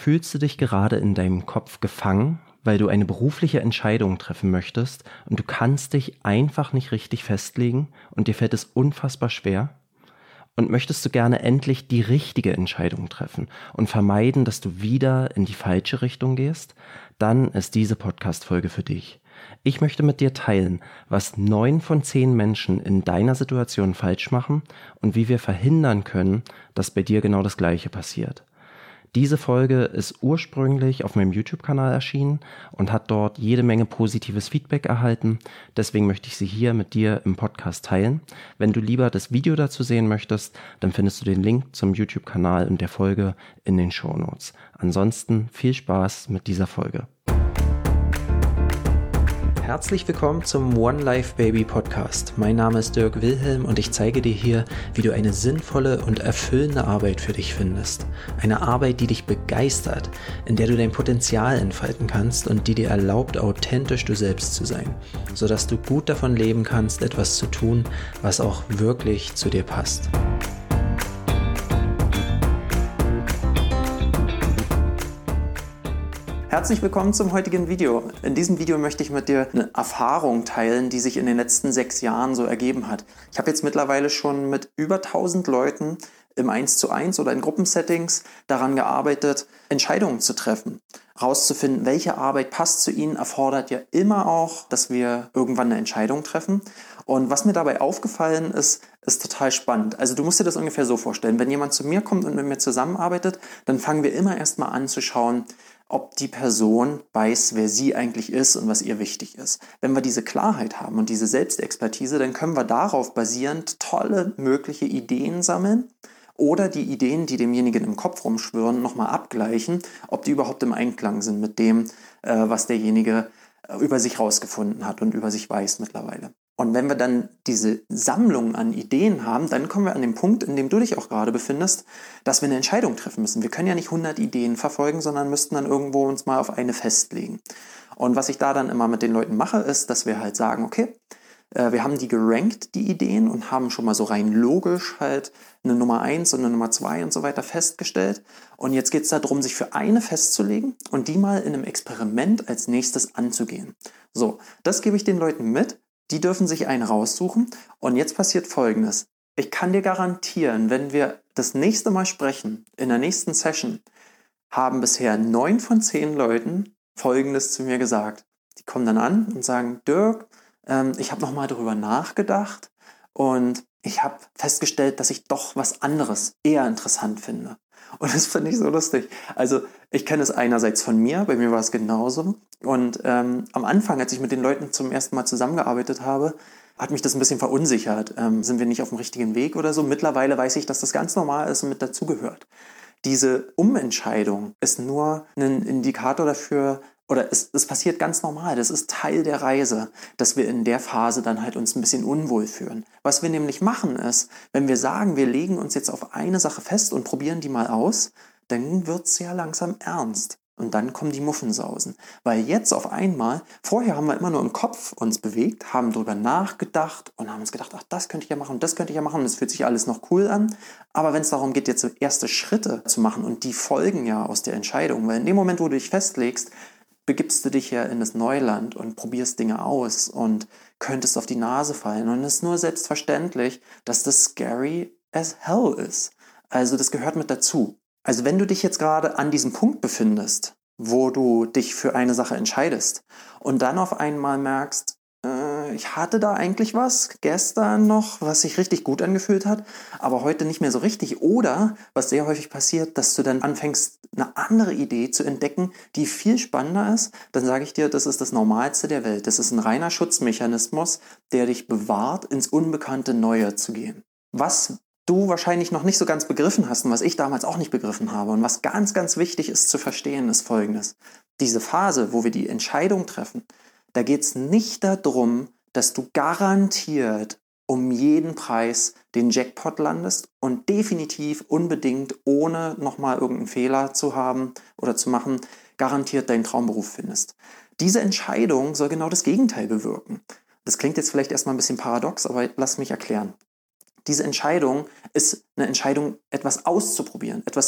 Fühlst du dich gerade in deinem Kopf gefangen, weil du eine berufliche Entscheidung treffen möchtest und du kannst dich einfach nicht richtig festlegen und dir fällt es unfassbar schwer? Und möchtest du gerne endlich die richtige Entscheidung treffen und vermeiden, dass du wieder in die falsche Richtung gehst? Dann ist diese Podcast-Folge für dich. Ich möchte mit dir teilen, was 9 von 10 Menschen in deiner Situation falsch machen und wie wir verhindern können, dass bei dir genau das Gleiche passiert. Diese Folge ist ursprünglich auf meinem YouTube-Kanal erschienen und hat dort jede Menge positives Feedback erhalten. Deswegen möchte ich sie hier mit dir im Podcast teilen. Wenn du lieber das Video dazu sehen möchtest, dann findest du den Link zum YouTube-Kanal und der Folge in den Shownotes. Ansonsten viel Spaß mit dieser Folge. Herzlich willkommen zum One Life Baby Podcast. Mein Name ist Dirk Wilhelm und ich zeige dir hier, wie du eine sinnvolle und erfüllende Arbeit für dich findest. Eine Arbeit, die dich begeistert, in der du dein Potenzial entfalten kannst und die dir erlaubt, authentisch du selbst zu sein, sodass du gut davon leben kannst, etwas zu tun, was auch wirklich zu dir passt. Herzlich willkommen zum heutigen Video. In diesem Video möchte ich mit dir eine Erfahrung teilen, die sich in den letzten 6 Jahren so ergeben hat. Ich habe jetzt mittlerweile schon mit über 1000 Leuten im 1:1 oder in Gruppensettings daran gearbeitet, Entscheidungen zu treffen. Rauszufinden, welche Arbeit passt zu ihnen, erfordert ja immer auch, dass wir irgendwann eine Entscheidung treffen. Und was mir dabei aufgefallen ist, ist total spannend. Also du musst dir das ungefähr so vorstellen. Wenn jemand zu mir kommt und mit mir zusammenarbeitet, dann fangen wir immer erstmal an zu schauen, ob die Person weiß, wer sie eigentlich ist und was ihr wichtig ist. Wenn wir diese Klarheit haben und diese Selbstexpertise, dann können wir darauf basierend tolle mögliche Ideen sammeln oder die Ideen, die demjenigen im Kopf rumschwirren, nochmal abgleichen, ob die überhaupt im Einklang sind mit dem, was derjenige über sich rausgefunden hat und über sich weiß mittlerweile. Und wenn wir dann diese Sammlung an Ideen haben, dann kommen wir an den Punkt, in dem du dich auch gerade befindest, dass wir eine Entscheidung treffen müssen. Wir können ja nicht 100 Ideen verfolgen, sondern müssten dann irgendwo uns mal auf eine festlegen. Und was ich da dann immer mit den Leuten mache, ist, dass wir halt sagen, okay, wir haben die gerankt, die Ideen, und haben schon mal so rein logisch halt eine Nummer 1 und eine Nummer 2 und so weiter festgestellt. Und jetzt geht es darum, sich für eine festzulegen und die mal in einem Experiment als nächstes anzugehen. So, das gebe ich den Leuten mit. Die dürfen sich einen raussuchen. Und jetzt passiert Folgendes. Ich kann dir garantieren, wenn wir das nächste Mal sprechen, in der nächsten Session, haben bisher 9 von 10 Leuten Folgendes zu mir gesagt. Die kommen dann an und sagen, Dirk, ich habe nochmal darüber nachgedacht und ich habe festgestellt, dass ich doch was anderes eher interessant finde. Und das finde ich so lustig. Also ich kenne es einerseits von mir, bei mir war es genauso. Und am Anfang, als ich mit den Leuten zum ersten Mal zusammengearbeitet habe, hat mich das ein bisschen verunsichert. Sind wir nicht auf dem richtigen Weg oder so? Mittlerweile weiß ich, dass das ganz normal ist und mit dazugehört. Diese Umentscheidung ist nur ein Indikator dafür, oder es passiert ganz normal, das ist Teil der Reise, dass wir in der Phase dann halt uns ein bisschen unwohl fühlen. Was wir nämlich machen ist, wenn wir sagen, wir legen uns jetzt auf eine Sache fest und probieren die mal aus, dann wird es sehr langsam ernst. Und dann kommen die Muffensausen. Weil jetzt auf einmal, vorher haben wir immer nur im Kopf uns bewegt, haben drüber nachgedacht und haben uns gedacht, ach, das könnte ich ja machen, das könnte ich ja machen, das fühlt sich alles noch cool an. Aber wenn es darum geht, jetzt so erste Schritte zu machen und die folgen ja aus der Entscheidung, weil in dem Moment, wo du dich festlegst, begibst du dich ja in das Neuland und probierst Dinge aus und könntest auf die Nase fallen. Und es ist nur selbstverständlich, dass das scary as hell ist. Also das gehört mit dazu. Also wenn du dich jetzt gerade an diesem Punkt befindest, wo du dich für eine Sache entscheidest und dann auf einmal merkst, ich hatte da eigentlich was gestern noch, was sich richtig gut angefühlt hat, aber heute nicht mehr so richtig. Oder, was sehr häufig passiert, dass du dann anfängst, eine andere Idee zu entdecken, die viel spannender ist, dann sage ich dir, das ist das Normalste der Welt. Das ist ein reiner Schutzmechanismus, der dich bewahrt, ins unbekannte Neue zu gehen. Was du wahrscheinlich noch nicht so ganz begriffen hast und was ich damals auch nicht begriffen habe und was ganz, ganz wichtig ist zu verstehen, ist Folgendes. Diese Phase, wo wir die Entscheidung treffen, da geht es nicht darum, dass du garantiert um jeden Preis den Jackpot landest und definitiv unbedingt, ohne nochmal irgendeinen Fehler zu haben oder zu machen, garantiert deinen Traumberuf findest. Diese Entscheidung soll genau das Gegenteil bewirken. Das klingt jetzt vielleicht erstmal ein bisschen paradox, aber lass mich erklären. Diese Entscheidung ist eine Entscheidung, etwas auszuprobieren, etwas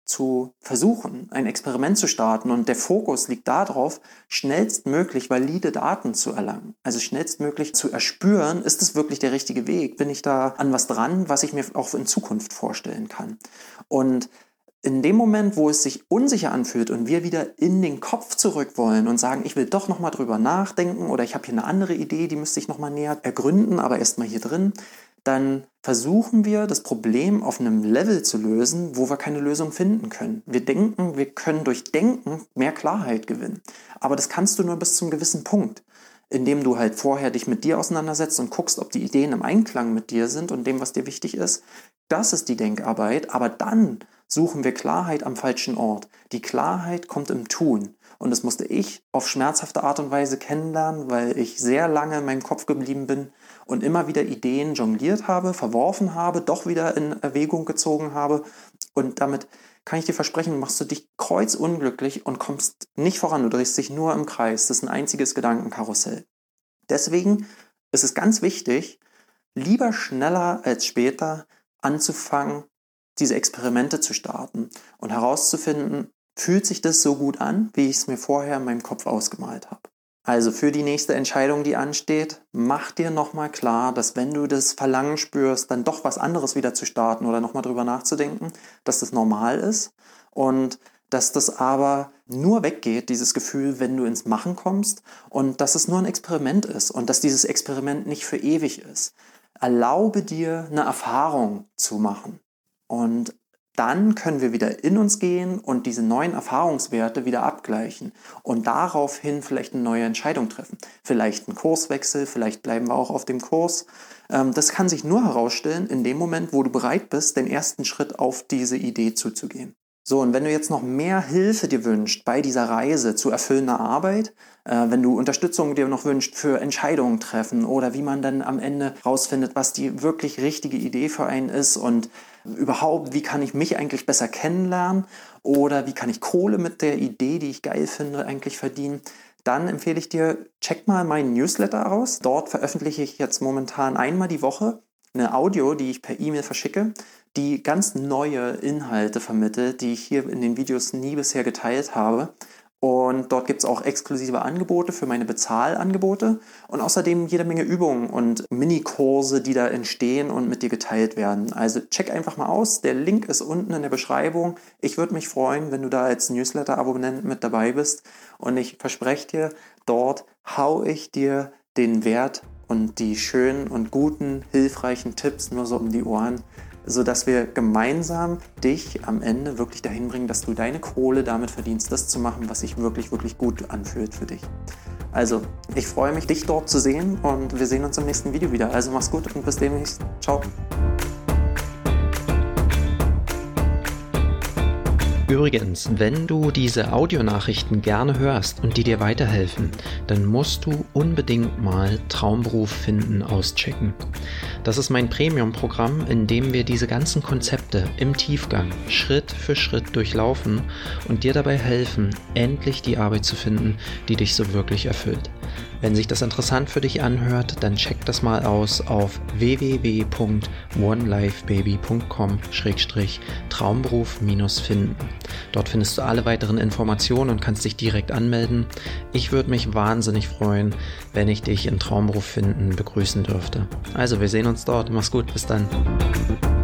zu versuchen, ein Experiment zu starten. Und der Fokus liegt darauf, schnellstmöglich valide Daten zu erlangen. Also schnellstmöglich zu erspüren, ist es wirklich der richtige Weg? Bin ich da an was dran, was ich mir auch in Zukunft vorstellen kann? Und in dem Moment, wo es sich unsicher anfühlt und wir wieder in den Kopf zurück wollen und sagen, ich will doch nochmal drüber nachdenken oder ich habe hier eine andere Idee, die müsste ich nochmal näher ergründen, aber erstmal hier drin, dann versuchen wir, das Problem auf einem Level zu lösen, wo wir keine Lösung finden können. Wir denken, wir können durch Denken mehr Klarheit gewinnen. Aber das kannst du nur bis zum gewissen Punkt, indem du halt vorher dich mit dir auseinandersetzt und guckst, ob die Ideen im Einklang mit dir sind und dem, was dir wichtig ist. Das ist die Denkarbeit, aber dann suchen wir Klarheit am falschen Ort. Die Klarheit kommt im Tun. Und das musste ich auf schmerzhafte Art und Weise kennenlernen, weil ich sehr lange in meinem Kopf geblieben bin und immer wieder Ideen jongliert habe, verworfen habe, doch wieder in Erwägung gezogen habe. Und damit kann ich dir versprechen, machst du dich kreuzunglücklich und kommst nicht voran. Du drehst dich nur im Kreis. Das ist ein einziges Gedankenkarussell. Deswegen ist es ganz wichtig, lieber schneller als später anzufangen, diese Experimente zu starten und herauszufinden, fühlt sich das so gut an, wie ich es mir vorher in meinem Kopf ausgemalt habe. Also für die nächste Entscheidung, die ansteht, mach dir nochmal klar, dass wenn du das Verlangen spürst, dann doch was anderes wieder zu starten oder nochmal drüber nachzudenken, dass das normal ist und dass das aber nur weggeht, dieses Gefühl, wenn du ins Machen kommst und dass es nur ein Experiment ist und dass dieses Experiment nicht für ewig ist. Erlaube dir, eine Erfahrung zu machen. Und dann können wir wieder in uns gehen und diese neuen Erfahrungswerte wieder abgleichen und daraufhin vielleicht eine neue Entscheidung treffen. Vielleicht einen Kurswechsel, vielleicht bleiben wir auch auf dem Kurs. Das kann sich nur herausstellen in dem Moment, wo du bereit bist, den ersten Schritt auf diese Idee zuzugehen. So, und wenn du jetzt noch mehr Hilfe dir wünschst bei dieser Reise zu erfüllender Arbeit, wenn du Unterstützung dir noch wünschst für Entscheidungen treffen oder wie man dann am Ende rausfindet, was die wirklich richtige Idee für einen ist und überhaupt, wie kann ich mich eigentlich besser kennenlernen oder wie kann ich Kohle mit der Idee, die ich geil finde, eigentlich verdienen, dann empfehle ich dir, check mal meinen Newsletter aus. Dort veröffentliche ich jetzt momentan einmal die Woche eine Audio, die ich per E-Mail verschicke, die ganz neue Inhalte vermittelt, die ich hier in den Videos nie bisher geteilt habe. Und dort gibt es auch exklusive Angebote für meine Bezahlangebote und außerdem jede Menge Übungen und Minikurse, die da entstehen und mit dir geteilt werden. Also check einfach mal aus, der Link ist unten in der Beschreibung. Ich würde mich freuen, wenn du da als Newsletter-Abonnent mit dabei bist und ich verspreche dir, dort hau ich dir den Wert und die schönen und guten, hilfreichen Tipps nur so um die Ohren, sodass wir gemeinsam dich am Ende wirklich dahin bringen, dass du deine Kohle damit verdienst, das zu machen, was sich wirklich, wirklich gut anfühlt für dich. Also, ich freue mich, dich dort zu sehen und wir sehen uns im nächsten Video wieder. Also mach's gut und bis demnächst. Ciao. Übrigens, wenn du diese Audionachrichten gerne hörst und die dir weiterhelfen, dann musst du unbedingt mal Traumberuf finden auschecken. Das ist mein Premium-Programm, in dem wir diese ganzen Konzepte im Tiefgang Schritt für Schritt durchlaufen und dir dabei helfen, endlich die Arbeit zu finden, die dich so wirklich erfüllt. Wenn sich das interessant für dich anhört, dann check das mal aus auf www.onelifebaby.com/Traumberuf-finden. Dort findest du alle weiteren Informationen und kannst dich direkt anmelden. Ich würde mich wahnsinnig freuen, wenn ich dich in Traumberuf finden begrüßen dürfte. Also, wir sehen uns dort. Mach's gut, bis dann.